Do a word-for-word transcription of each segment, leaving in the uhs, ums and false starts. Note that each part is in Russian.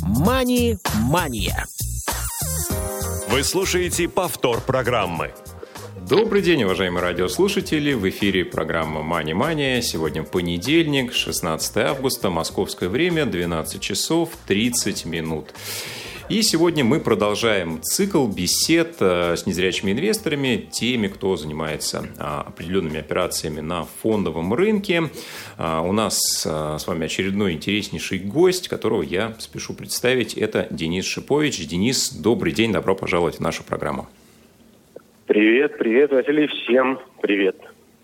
«Мани-мания». Вы слушаете повтор программы. Добрый день, уважаемые радиослушатели! В эфире программа «Мани-мания». Сегодня понедельник, шестнадцатое августа, московское время, двенадцать часов тридцать минут. И сегодня мы продолжаем цикл бесед с незрячими инвесторами, теми, кто занимается определенными операциями на фондовом рынке. У нас с вами очередной интереснейший гость, которого я спешу представить. Это Денис Шипович. Денис, добрый день, добро пожаловать в нашу программу. Привет, привет, Василий, всем привет.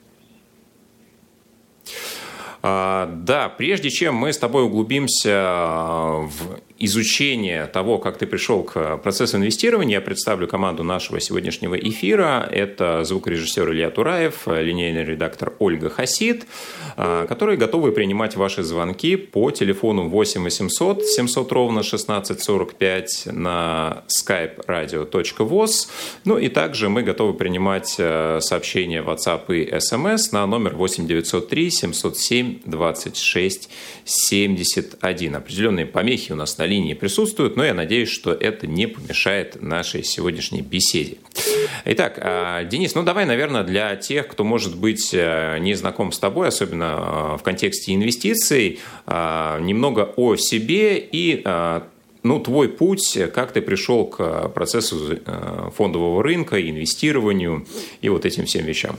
А, да, прежде чем мы с тобой углубимся в изучение того, как ты пришел к процессу инвестирования, я представлю команду нашего сегодняшнего эфира. Это звукорежиссер Илья Тураев, линейный редактор Ольга Хасид, которые готовы принимать ваши звонки по телефону восемь восемьсот семьсот ровно шестнадцать сорок пять на skype radio точка voz. Ну и также мы готовы принимать сообщения в WhatsApp и эс эм эс на номер восемь девятьсот три семьсот семь двадцать шесть семьдесят один. Определенные помехи у нас на линии присутствуют, но я надеюсь, что это не помешает нашей сегодняшней беседе. Итак, Денис, ну давай, наверное, для тех, кто, может быть, не знаком с тобой, особенно в контексте инвестиций, немного о себе и ну, твой путь, как ты пришел к процессу фондового рынка, инвестированию и вот этим всем вещам.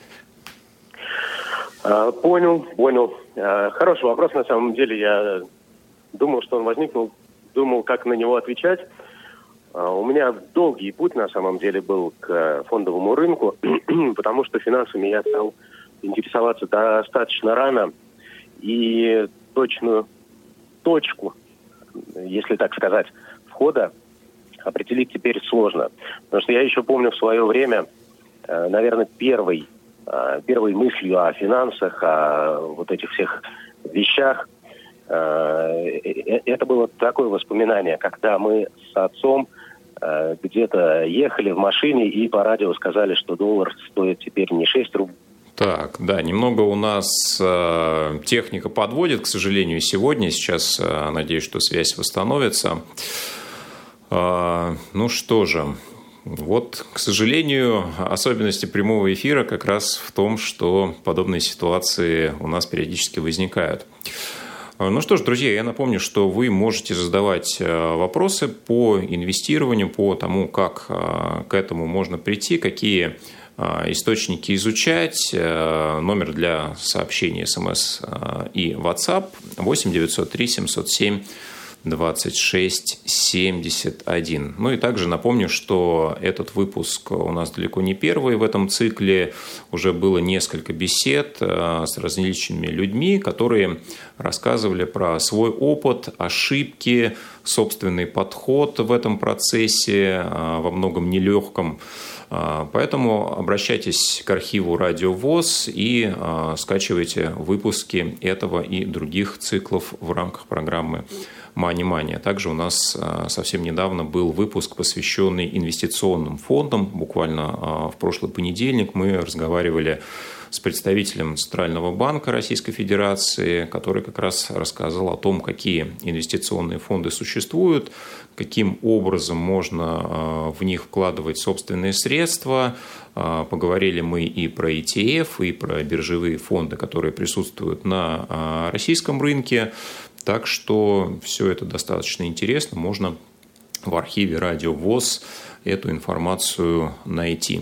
Понял, понял. Хороший вопрос, на самом деле. Я думал, что он возникнул, думал, как на него отвечать. У меня долгий путь, на самом деле, был к фондовому рынку, потому что финансами я стал интересоваться достаточно рано. И точную точку, если так сказать, входа определить теперь сложно. Потому что я еще помню в свое время, наверное, первый Первой мыслью о финансах, о вот этих всех вещах, это было такое воспоминание, когда мы с отцом где-то ехали в машине и по радио сказали, что доллар стоит теперь не шесть рублей. Так, да, немного у нас э, техника подводит, к сожалению, сегодня. Сейчас, э, надеюсь, что связь восстановится. Э, ну что же... Вот, к сожалению, особенности прямого эфира как раз в том, что подобные ситуации у нас периодически возникают. Ну что ж, друзья, я напомню, что вы можете задавать вопросы по инвестированию, по тому, как к этому можно прийти, какие источники изучать. Номер для сообщений эс эм эс и WhatsApp восемь девятьсот три семьсот семь двадцать шесть семьдесят один. Ну и также напомню, что этот выпуск у нас далеко не первый в этом цикле. Уже было несколько бесед с различными людьми, которые рассказывали про свой опыт, ошибки, собственный подход в этом процессе, во многом нелегком. Поэтому обращайтесь к архиву Радио ВОС и скачивайте выпуски этого и других циклов в рамках программы «Мани-мания». Также у нас совсем недавно был выпуск, посвященный инвестиционным фондам. Буквально в прошлый понедельник мы разговаривали с представителем Центрального банка Российской Федерации, который как раз рассказал о том, какие инвестиционные фонды существуют, каким образом можно в них вкладывать собственные средства. Поговорили мы и про и ти эф, и про биржевые фонды, которые присутствуют на российском рынке. Так что все это достаточно интересно. Можно в архиве Радио ВОС эту информацию найти.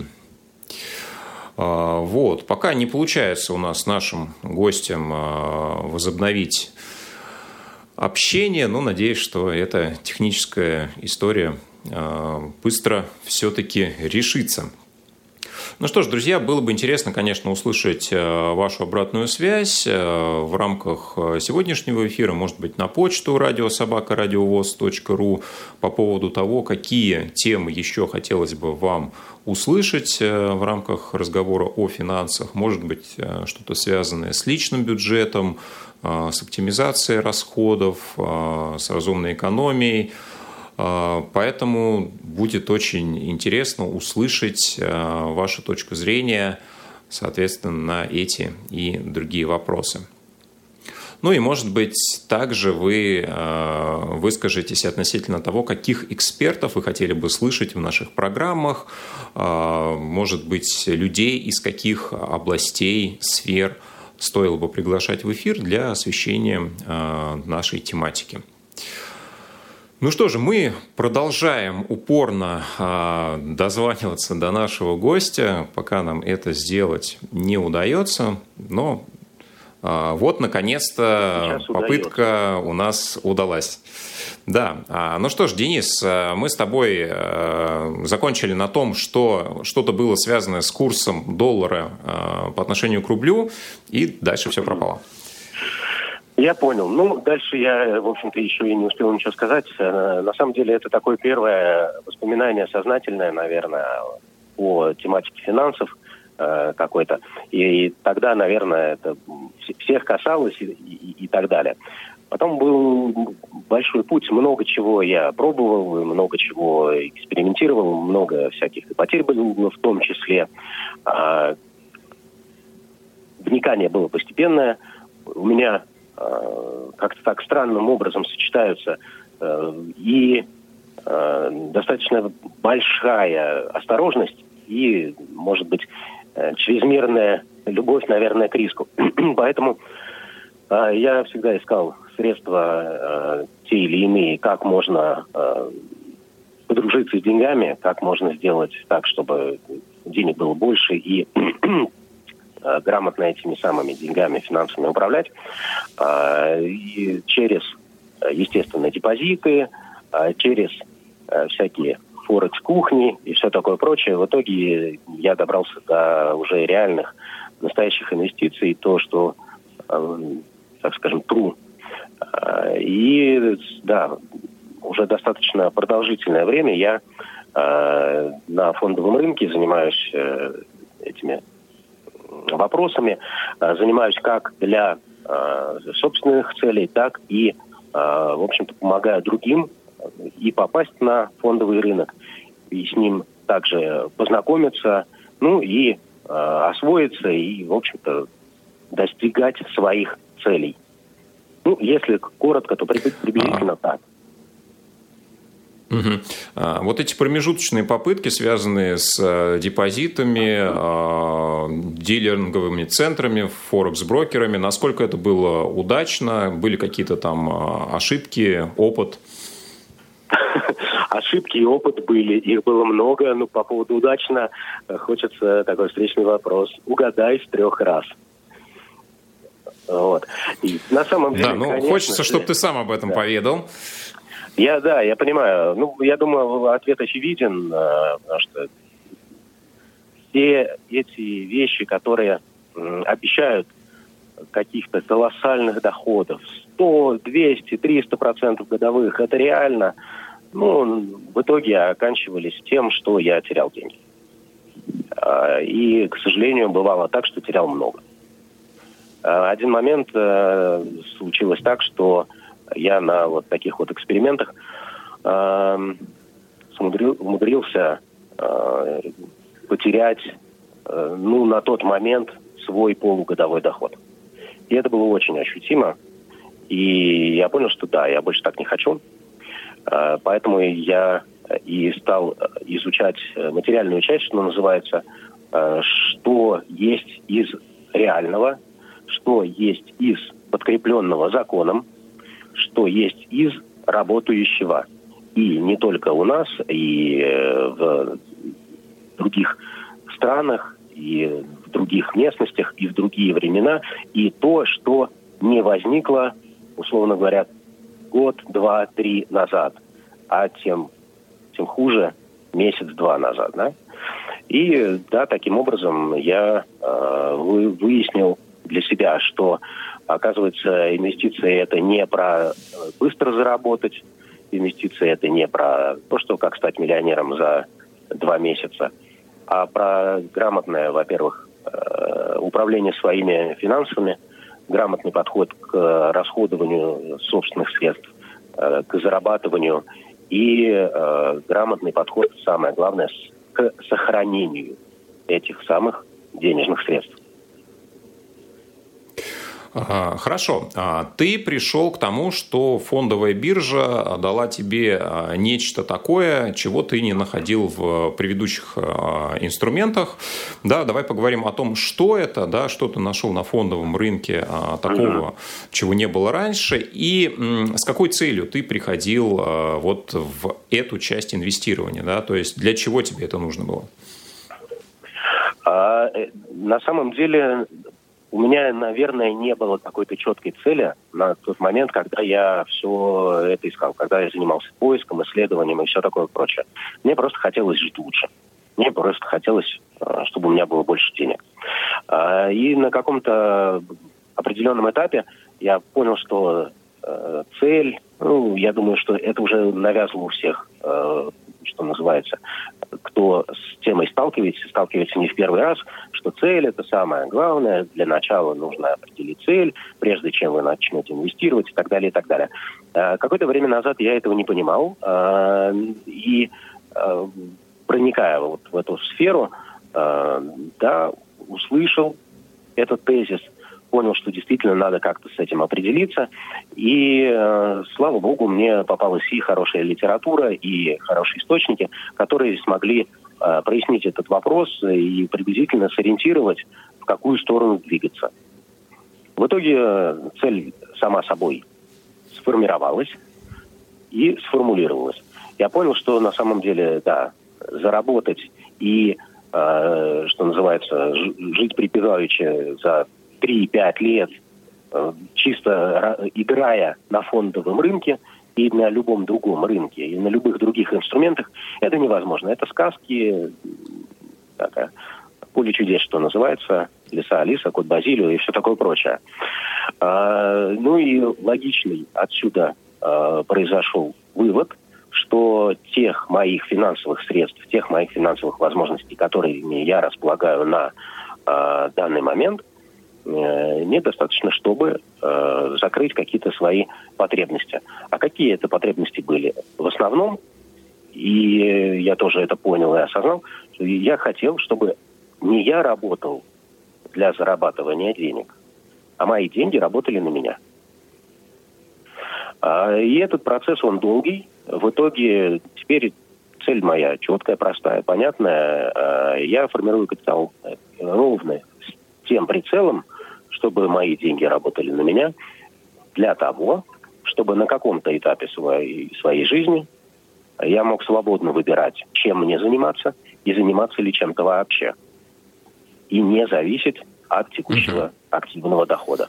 Вот. Пока не получается у нас с нашим гостем возобновить общение, но надеюсь, что эта техническая история быстро все-таки решится. Ну что ж, друзья, было бы интересно, конечно, услышать вашу обратную связь в рамках сегодняшнего эфира, может быть, на почту радио собака радиовоз точка ру по поводу того, какие темы еще хотелось бы вам услышать в рамках разговора о финансах. Может быть, что-то связанное с личным бюджетом, с оптимизацией расходов, с разумной экономией. Поэтому будет очень интересно услышать вашу точку зрения, соответственно, на эти и другие вопросы. Ну и, может быть, также вы выскажетесь относительно того, каких экспертов вы хотели бы слышать в наших программах, может быть, людей из каких областей, сфер стоило бы приглашать в эфир для освещения нашей тематики. Ну что же, мы продолжаем упорно э, дозваниваться до нашего гостя, пока нам это сделать не удается, но э, вот, наконец-то, Сейчас попытка удается. У нас удалась. Да, а, ну что ж, Денис, мы с тобой э, закончили на том, что что-то было связано с курсом доллара э, по отношению к рублю, и дальше все пропало. Я понял. Ну, дальше я, в общем-то, еще и не успел ничего сказать. На самом деле, это такое первое воспоминание сознательное, наверное, о тематике финансов э, какой-то. И, и тогда, наверное, это всех касалось и, и, и так далее. Потом был большой путь. Много чего я пробовал, много чего экспериментировал, много всяких потерь было в том числе. А, вникание было постепенное. У меня как-то так странным образом сочетаются э, и э, достаточно большая осторожность и, может быть, э, чрезмерная любовь, наверное, к риску. Поэтому э, я всегда искал средства э, те или иные, как можно э, подружиться с деньгами, как можно сделать так, чтобы денег было больше и грамотно этими самыми деньгами, финансами управлять. И через, естественно, депозиты, через всякие форекс-кухни и все такое прочее. В итоге я добрался до уже реальных, настоящих инвестиций, то, что, так скажем, true. И, да, уже достаточно продолжительное время я на фондовом рынке занимаюсь этими вопросами, занимаюсь как для э, собственных целей, так и, э, в общем-то, помогаю другим и попасть на фондовый рынок, и с ним также познакомиться, ну и э, освоиться, и, в общем-то, достигать своих целей. Ну, если коротко, то приблизительно а. так. Угу. А, вот эти промежуточные попытки, связанные с а, депозитами, а, дилинговыми центрами, форекс-брокерами, насколько это было удачно? Были какие-то там а, ошибки, опыт? Ошибки и опыт были, их было много, но по поводу удачно хочется такой встречный вопрос. Угадай с трех раз. Вот. И на самом деле, да, ну, конечно, хочется, чтобы ты сам об этом да. поведал. Я, да, я понимаю. Ну, я думаю, ответ очевиден, потому что все эти вещи, которые обещают каких-то колоссальных доходов, сто, двести, триста процентов годовых, это реально, ну, в итоге оканчивались тем, что я терял деньги. И, к сожалению, бывало так, что терял много. Один момент случилось так, что я на вот таких вот экспериментах э, умудрился э, потерять, э, ну, на тот момент свой полугодовой доход. И это было очень ощутимо. И я понял, что да, я больше так не хочу. Э, поэтому я и стал изучать материальную часть, что называется, э, что есть из реального, что есть из подкрепленного законом, что есть из работающего. И не только у нас, и в других странах, и в других местностях, и в другие времена. И то, что не возникло, условно говоря, год, два, три назад, а тем, тем хуже месяц-два назад. Да? И да, таким образом я э, вы, выяснил для себя, что оказывается, инвестиции – это не про быстро заработать, инвестиции – это не про то, что как стать миллионером за два месяца, а про грамотное, во-первых, управление своими финансами, грамотный подход к расходованию собственных средств, к зарабатыванию и грамотный подход, самое главное, к сохранению этих самых денежных средств. Хорошо. Ты пришел к тому, что фондовая биржа дала тебе нечто такое, чего ты не находил в предыдущих инструментах. Да, давай поговорим о том, что это, да, что ты нашел на фондовом рынке такого, чего не было раньше, и с какой целью ты приходил вот в эту часть инвестирования, да, то есть для чего тебе это нужно было? А, на самом деле... У меня, наверное, не было какой-то четкой цели на тот момент, когда я все это искал, когда я занимался поиском, исследованием и все такое прочее. Мне просто хотелось жить лучше. Мне просто хотелось, чтобы у меня было больше денег. И на каком-то определенном этапе я понял, что цель, ну, я думаю, что это уже навязано у всех, что называется, кто с темой сталкивается, сталкивается не в первый раз, что цель – это самое главное. Для начала нужно определить цель, прежде чем вы начнете инвестировать и так далее, и так далее. Какое-то время назад я этого не понимал. И проникая вот в эту сферу, да, услышал этот тезис, понял, что действительно надо как-то с этим определиться. И, э, слава богу, мне попалась и хорошая литература, и хорошие источники, которые смогли э, прояснить этот вопрос и приблизительно сориентировать, в какую сторону двигаться. В итоге э, цель сама собой сформировалась и сформулировалась. Я понял, что на самом деле, да, заработать и, э, что называется, ж- жить припеваючи за три-пять лет, чисто играя на фондовом рынке и на любом другом рынке, и на любых других инструментах, это невозможно. Это сказки, такая, поле чудес, что называется, лиса Алиса, кот Базилио и все такое прочее. А, ну и логичный отсюда а, произошел вывод, что тех моих финансовых средств, тех моих финансовых возможностей, которыми я располагаю на а, данный момент, недостаточно, чтобы э, закрыть какие-то свои потребности. А какие это потребности были? В основном, и я тоже это понял и осознал, что я хотел, чтобы не я работал для зарабатывания денег, а мои деньги работали на меня. А, и этот процесс, он долгий. В итоге теперь цель моя четкая, простая, понятная. А, я формирую капитал ровно с тем прицелом, чтобы мои деньги работали на меня, для того, чтобы на каком-то этапе своей, своей жизни я мог свободно выбирать, чем мне заниматься, и заниматься ли чем-то вообще. И не зависеть от текущего активного дохода.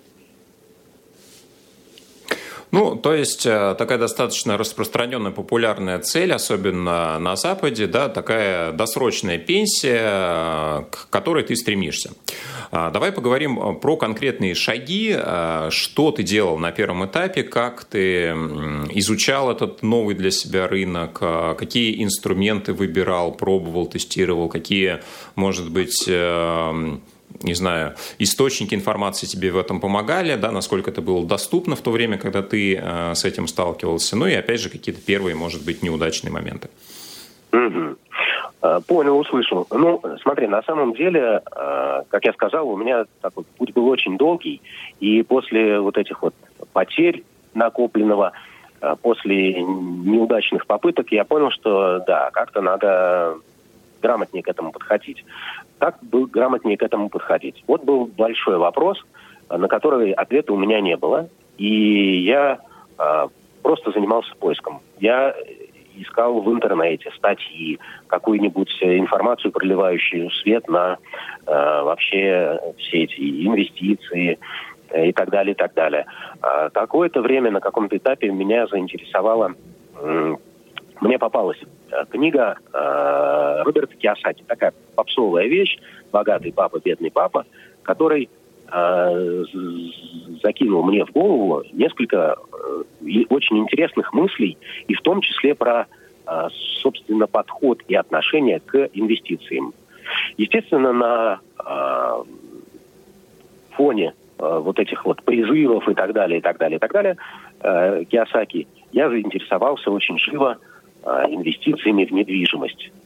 Ну, то есть такая достаточно распространенная, популярная цель, особенно на Западе, да, такая досрочная пенсия, к которой ты стремишься. Давай поговорим про конкретные шаги, что ты делал на первом этапе, как ты изучал этот новый для себя рынок, какие инструменты выбирал, пробовал, тестировал, какие, может быть, не знаю, источники информации тебе в этом помогали, да, насколько это было доступно в то время, когда ты э, с этим сталкивался, ну и, опять же, какие-то первые, может быть, неудачные моменты. Mm-hmm. Понял, услышал. Ну, смотри, на самом деле, э, как я сказал, у меня такой путь был очень долгий, и после вот этих вот потерь накопленного, э, после неудачных попыток, я понял, что, да, как-то надо грамотнее к этому подходить. Как бы грамотнее к этому подходить? Вот был большой вопрос, на который ответа у меня не было. И я э, просто занимался поиском. Я искал в интернете статьи, какую-нибудь информацию, проливающую свет на э, вообще все эти инвестиции и так далее, и так далее. А какое-то время на каком-то этапе меня заинтересовало... Э, Мне попалась книга э, Роберта Кийосаки, такая попсовая вещь, «Богатый папа, бедный папа», который э, закинул мне в голову несколько э, очень интересных мыслей, и в том числе про, э, собственно, подход и отношение к инвестициям. Естественно, на э, фоне э, вот этих вот призывов и так далее, и так далее, и так далее, э, Кийосаки, я заинтересовался очень живо инвестициями в недвижимость.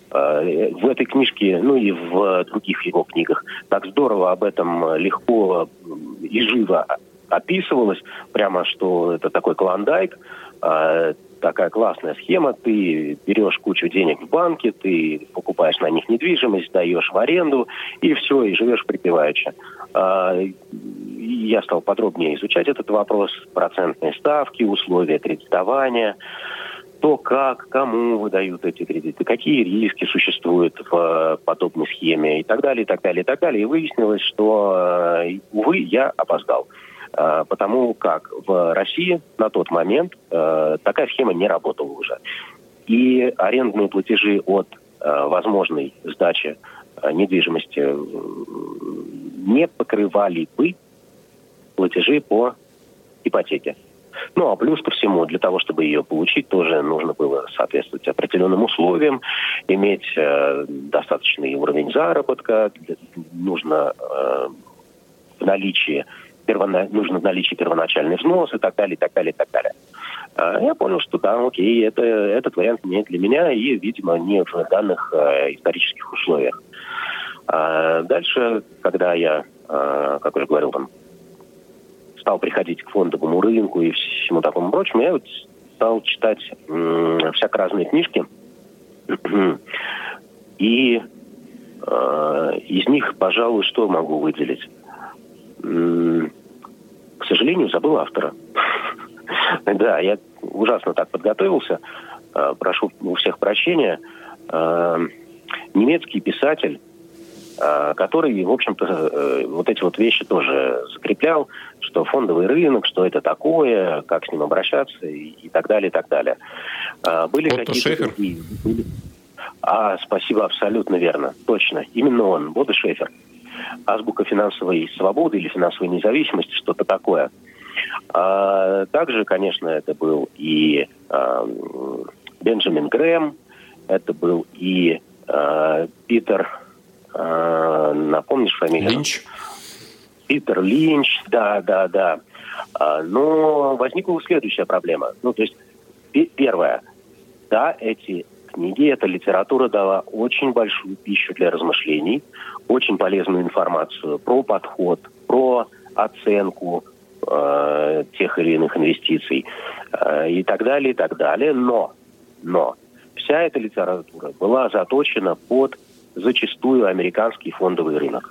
В этой книжке, ну и в других его книгах, так здорово об этом легко и живо описывалось, прямо что это такой клондайк, такая классная схема, ты берешь кучу денег в банке, ты покупаешь на них недвижимость, сдаешь в аренду, и все, и живешь припеваючи. Я стал подробнее изучать этот вопрос, процентные ставки, условия кредитования, то, как, кому выдают эти кредиты, какие риски существуют в подобной схеме и так далее, и так далее, и так далее. И выяснилось, что, увы, я опоздал. Потому как в России на тот момент такая схема не работала уже. И арендные платежи от возможной сдачи недвижимости не покрывали бы платежи по ипотеке. Ну, а плюс ко всему, для того, чтобы ее получить, тоже нужно было соответствовать определенным условиям, иметь э, достаточный уровень заработка, нужно э, в наличии, первона, нужно в наличии первоначальный взнос и так далее, и так далее, и так далее. А я понял, что да, окей, это, этот вариант не для меня и, видимо, не в данных э, исторических условиях. А дальше, когда я, э, как уже говорил, там, стал приходить к фондовому рынку и всему такому прочему, я вот стал читать м- всяко разные книжки. И э, из них, пожалуй, что могу выделить? М- к сожалению, забыл автора. Да, я ужасно так подготовился. Э, прошу у всех прощения. Э, немецкий писатель, который, в общем-то, вот эти вот вещи тоже закреплял, что фондовый рынок, что это такое, как с ним обращаться и, и так далее, и так далее. Были Отто Шефер? Другие... А, спасибо, абсолютно верно. Точно. Именно он, Бодо Шефер. Азбука финансовой свободы или финансовой независимости, что-то такое. А также, конечно, это был и а, Бенджамин Грэм, это был и а, Питер... Uh, напомнишь фамилию? Линч. Питер Линч, да, да, да. Uh, но возникла следующая проблема. Ну, то есть, п- первое. Да, эти книги, эта литература дала очень большую пищу для размышлений, очень полезную информацию про подход, про оценку uh, тех или иных инвестиций uh, и так далее, и так далее. Но, но вся эта литература была заточена под зачастую американский фондовый рынок.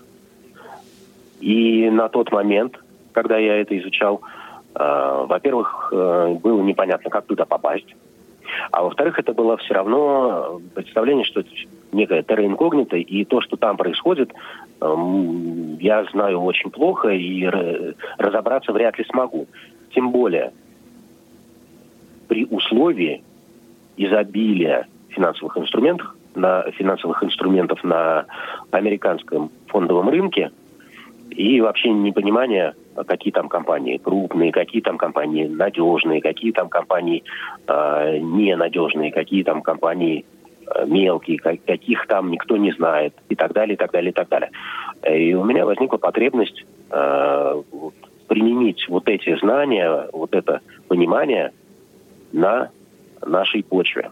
И на тот момент, когда я это изучал, э, во-первых, э, было непонятно, как туда попасть. А во-вторых, это было все равно представление, что это некая терра инкогнита, и то, что там происходит, э, я знаю очень плохо, и р- разобраться вряд ли смогу. Тем более, при условии изобилия финансовых инструментов, на финансовых инструментов на американском фондовом рынке и вообще непонимание, какие там компании крупные, какие там компании надежные, какие там компании э, ненадежные, какие там компании э, мелкие, как, каких там никто не знает и так далее, и так далее, и так далее. И у меня возникла потребность э, применить вот эти знания, вот это понимание на нашей почве.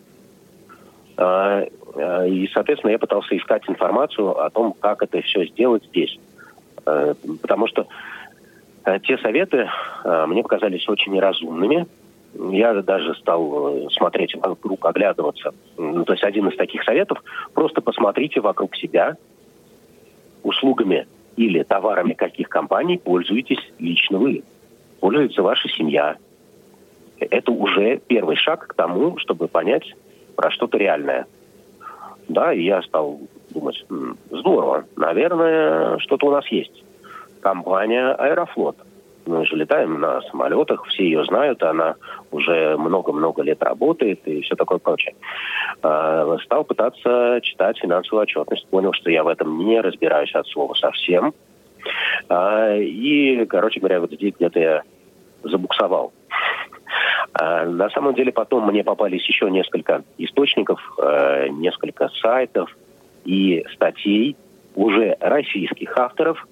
И, соответственно, я пытался искать информацию о том, как это все сделать здесь. Потому что те советы мне показались очень неразумными. Я даже стал смотреть вокруг, оглядываться. То есть один из таких советов – просто посмотрите вокруг себя, услугами или товарами каких компаний пользуетесь лично вы. Пользуется ваша семья. Это уже первый шаг к тому, чтобы понять про что-то реальное. Да, и я стал думать, м, здорово, наверное, что-то у нас есть. Компания «Аэрофлот». Мы же летаем на самолетах, все ее знают, она уже много-много лет работает и все такое прочее. А, стал пытаться читать финансовую отчетность, понял, что я в этом не разбираюсь от слова совсем. А, и, короче говоря, вот здесь где-то я забуксовал. А, на самом деле потом мне попались еще несколько источников, э, несколько сайтов и статей уже российских авторов,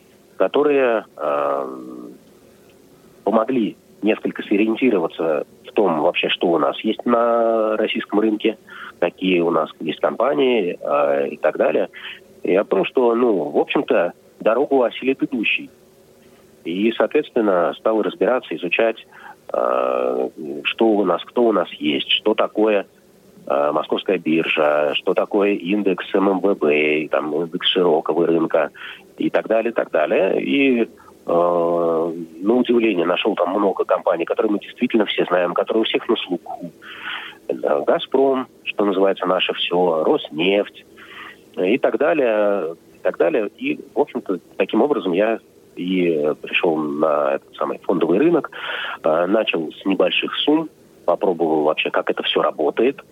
которые э, помогли несколько сориентироваться в в том вообще, что у нас есть на российском рынке, какие у нас есть компании э, и так далее. И о том, что, ну, в общем-то, дорогу осилит идущий. И, соответственно, стал разбираться, изучать, э, что у нас, кто у нас есть, что такое э, Московская биржа, что такое индекс эм эм вэ бэ, там, индекс широкого рынка и так далее, и так далее. И, э, на удивление, нашел там много компаний, которые мы действительно все знаем, которые у всех на слуху. «Газпром», что называется, «Наше все», «Роснефть» и так далее, и так далее. И, в общем-то, таким образом я и пришел на этот самый фондовый рынок, начал с небольших сумм, попробовал вообще, как это все работает,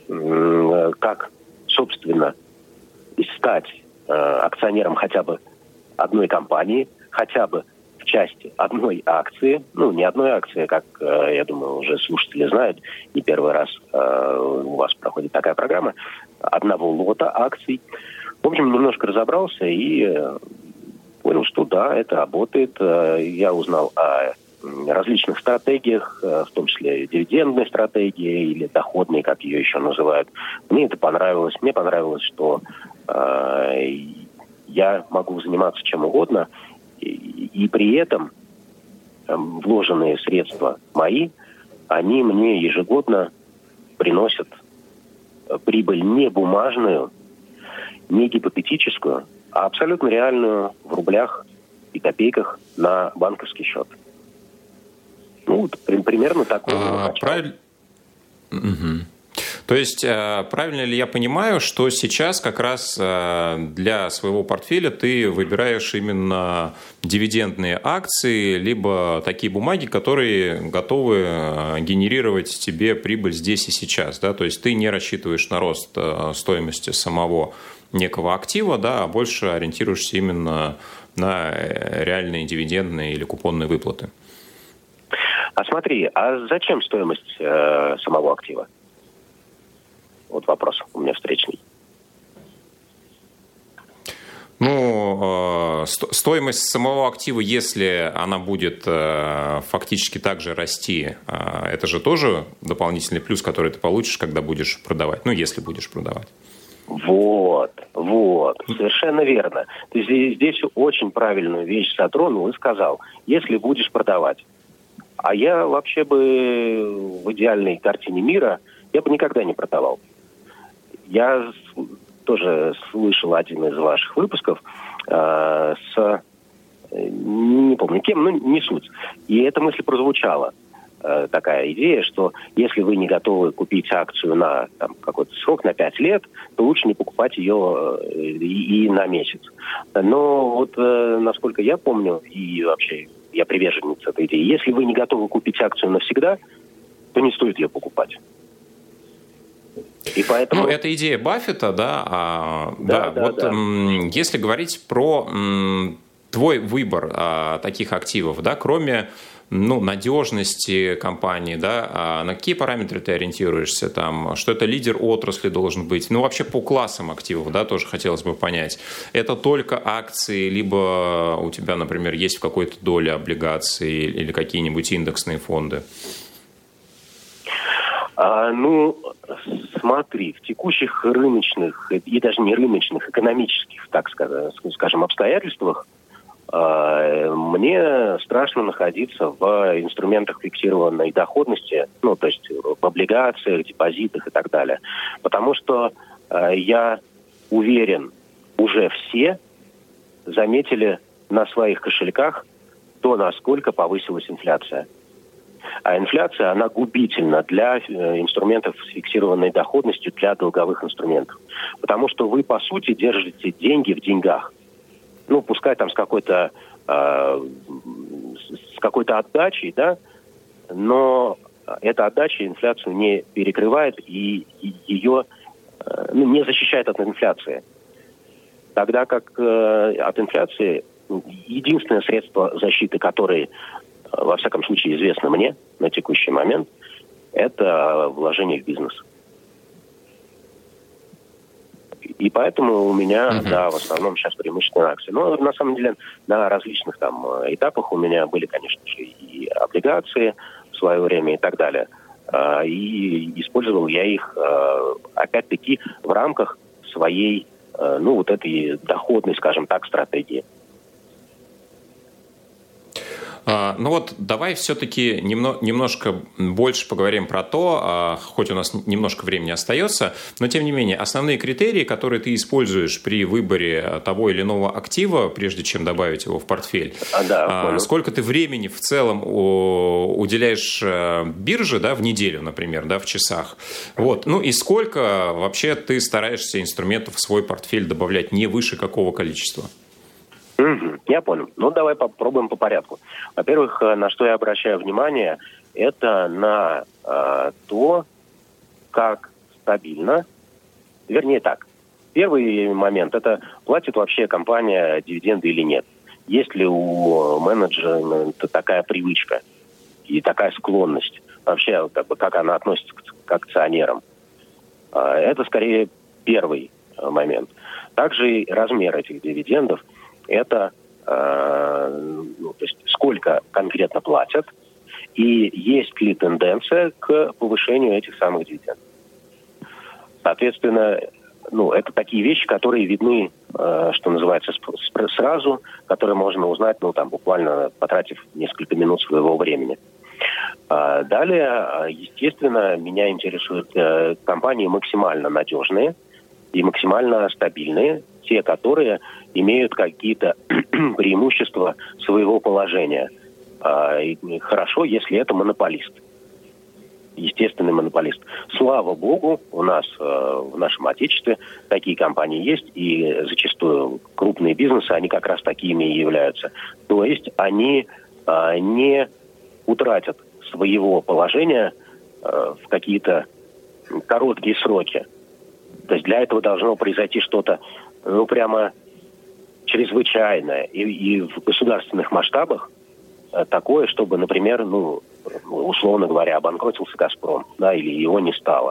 как, собственно, стать акционером хотя бы одной компании, хотя бы в части одной акции, ну, не одной акции, как, я думаю, уже слушатели знают, не первый раз у вас проходит такая программа, одного лота акций. В общем, немножко разобрался и понял, что да, это работает. Я узнал о различных стратегиях, в том числе дивидендной стратегии или доходной, как ее еще называют. Мне это понравилось. Мне понравилось, что э, я могу заниматься чем угодно, и, и при этом э, вложенные средства мои, они мне ежегодно приносят прибыль не бумажную, не гипотетическую, а абсолютно реальную в рублях и копейках на банковский счет. Ну, примерно такой. А, правильно. Угу. То есть, правильно ли я понимаю, что сейчас как раз для своего портфеля ты выбираешь именно дивидендные акции, либо такие бумаги, которые готовы генерировать тебе прибыль здесь и сейчас, да? То есть ты не рассчитываешь на рост стоимости самого некого актива, да, а больше ориентируешься именно на реальные дивидендные или купонные выплаты. А смотри, а зачем стоимость э, самого актива? Вот вопрос у меня встречный. Ну, э, стоимость самого актива, если она будет э, фактически также расти, э, это же тоже дополнительный плюс, который ты получишь, когда будешь продавать. Ну, если будешь продавать. Вот, вот, совершенно верно. Ты здесь, здесь очень правильную вещь затронул и сказал, если будешь продавать. А я вообще бы в идеальной картине мира, я бы никогда не продавал. Я тоже слышал один из ваших выпусков э, с, не помню кем, но не суть. И эта мысль прозвучала. Э, такая идея, что если вы не готовы купить акцию на там, какой-то срок, на пять лет, то лучше не покупать ее э, и, и на месяц. Но вот, э, насколько я помню, и вообще я приверженец этой идеи, если вы не готовы купить акцию навсегда, то не стоит ее покупать. И поэтому... Ну, это идея Баффета, да. А, да, да, да, вот да. М, если говорить про м, твой выбор а, таких активов, да, кроме ну, надежности компании, да, а на какие параметры ты ориентируешься? Там, что это лидер отрасли должен быть? Ну, вообще по классам активов, да, тоже хотелось бы понять. Это только акции, либо у тебя, например, есть в какой-то доле облигаций или какие-нибудь индексные фонды? А, ну, смотри, в текущих рыночных, и даже не рыночных, экономических, так скажем, обстоятельствах, мне страшно находиться в инструментах фиксированной доходности, ну, то есть в облигациях, депозитах и так далее. Потому что я уверен, уже все заметили на своих кошельках то, насколько повысилась инфляция. А инфляция, она губительна для инструментов с фиксированной доходностью, для долговых инструментов. Потому что вы, по сути, держите деньги в деньгах. Ну, пускай там с какой-то, э, с какой-то отдачей, да, но эта отдача инфляцию не перекрывает и, и ее э, ну, не защищает от инфляции. Тогда как э, от инфляции единственное средство защиты, которое, во всяком случае, известно мне на текущий момент, это вложение в бизнес. И поэтому у меня, uh-huh. да, в основном сейчас преимущественно акции. Но на самом деле на различных там этапах у меня были, конечно же, и облигации в свое время и так далее. и использовал я их, опять-таки, в рамках своей, ну, вот этой доходной, скажем так, стратегии. Ну вот давай все-таки немно, немножко больше поговорим про то, хоть у нас немножко времени остается, но тем не менее основные критерии, которые ты используешь при выборе того или иного актива, прежде чем добавить его в портфель. А, да, сколько ты времени в целом уделяешь бирже, да, в неделю, например, да, в часах. Вот. Ну и сколько вообще ты стараешься инструментов в свой портфель добавлять, не выше какого количества? Угу, я понял. Ну, давай попробуем по порядку. Во-первых, на что я обращаю внимание, это на э, то, как стабильно, вернее так, первый момент, это платит вообще компания дивиденды или нет. Есть ли у менеджмента такая привычка и такая склонность, вообще, как бы, как она относится к, к акционерам. Э, это скорее первый момент. Также и размер этих дивидендов. Это э, ну, то есть сколько конкретно платят и есть ли тенденция к повышению этих самых дивидендов. Соответственно, ну, это такие вещи, которые видны, э, что называется, сразу, которые можно узнать, ну, там, буквально потратив несколько минут своего времени. А далее, естественно, меня интересуют э, компании максимально надежные и максимально стабильные, те, которые имеют какие-то преимущества своего положения. А, и хорошо, если это монополист. Естественный монополист. Слава богу, у нас э, в нашем Отечестве такие компании есть, и зачастую крупные бизнесы, они как раз такими и являются. То есть они э, не утратят своего положения э, в какие-то короткие сроки. То есть для этого должно произойти что-то, ну, прямо чрезвычайное и, и в государственных масштабах э, такое, чтобы, например, ну, условно говоря, обанкротился «Газпром», да, или его не стало.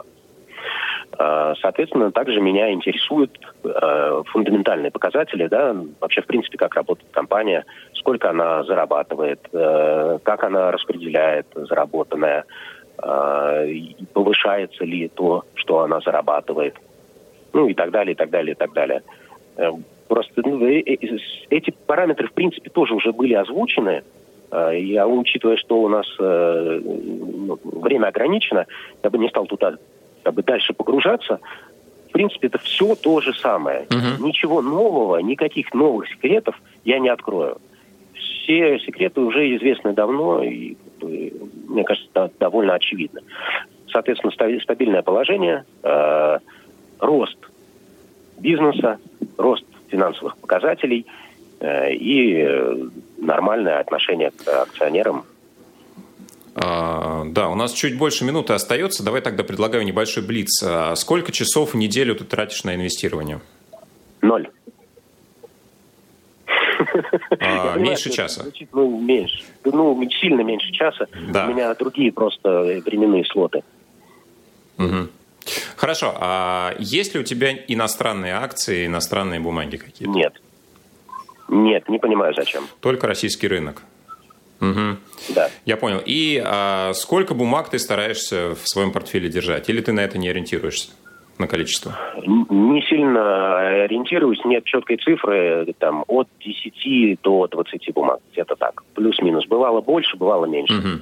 Э, соответственно, также меня интересуют э, фундаментальные показатели, да, вообще, в принципе, как работает компания, сколько она зарабатывает, э, как она распределяет заработанное, э, повышается ли то, что она зарабатывает, ну и так далее, и так далее, и так далее. Просто ну, эти параметры, в принципе, тоже уже были озвучены. Я, учитывая, что у нас ну, время ограничено, я бы не стал туда как бы, дальше погружаться. В принципе, это все то же самое. Uh-huh. Ничего нового, никаких новых секретов я не открою. Все секреты уже известны давно и, мне кажется, довольно очевидно. Соответственно, стабильное положение, э, рост бизнеса, рост финансовых показателей э, и нормальное отношение к акционерам. А, да, у нас чуть больше минуты остается. Давай тогда предлагаю небольшой блиц. А сколько часов в неделю ты тратишь на инвестирование? Ноль. А, меньше часа? Ну, меньше. Ну, сильно меньше часа. Да. У меня другие просто временные слоты. Угу. Хорошо. А есть ли у тебя иностранные акции, иностранные бумаги какие-то? Нет. Нет, не понимаю, зачем. Только российский рынок. Угу. Да. Я понял. И а, сколько бумаг ты стараешься в своем портфеле держать? Или ты на это не ориентируешься, на количество? Не сильно ориентируюсь. Нет четкой цифры. Там, от десяти до двадцати бумаг. Где-то так. Плюс-минус. Бывало больше, бывало меньше. Угу.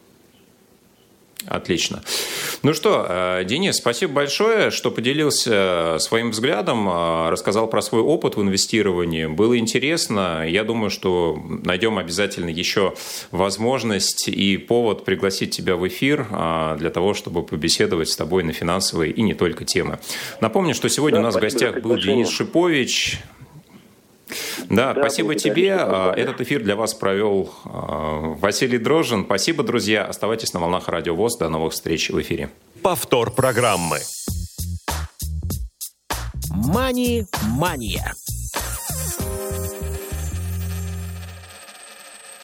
Отлично. Ну что, Денис, спасибо большое, что поделился своим взглядом, рассказал про свой опыт в инвестировании. Было интересно. Я думаю, что найдем обязательно еще возможность и повод пригласить тебя в эфир для того, чтобы побеседовать с тобой на финансовые и не только темы. Напомню, что сегодня да, у нас в гостях был Денис Шипович. Да, да, спасибо тебе. Этот эфир для вас провел Василий Дрожжин. Спасибо, друзья. Оставайтесь на волнах Радио ВОС. До новых встреч в эфире. Повтор программы. Мани-мания.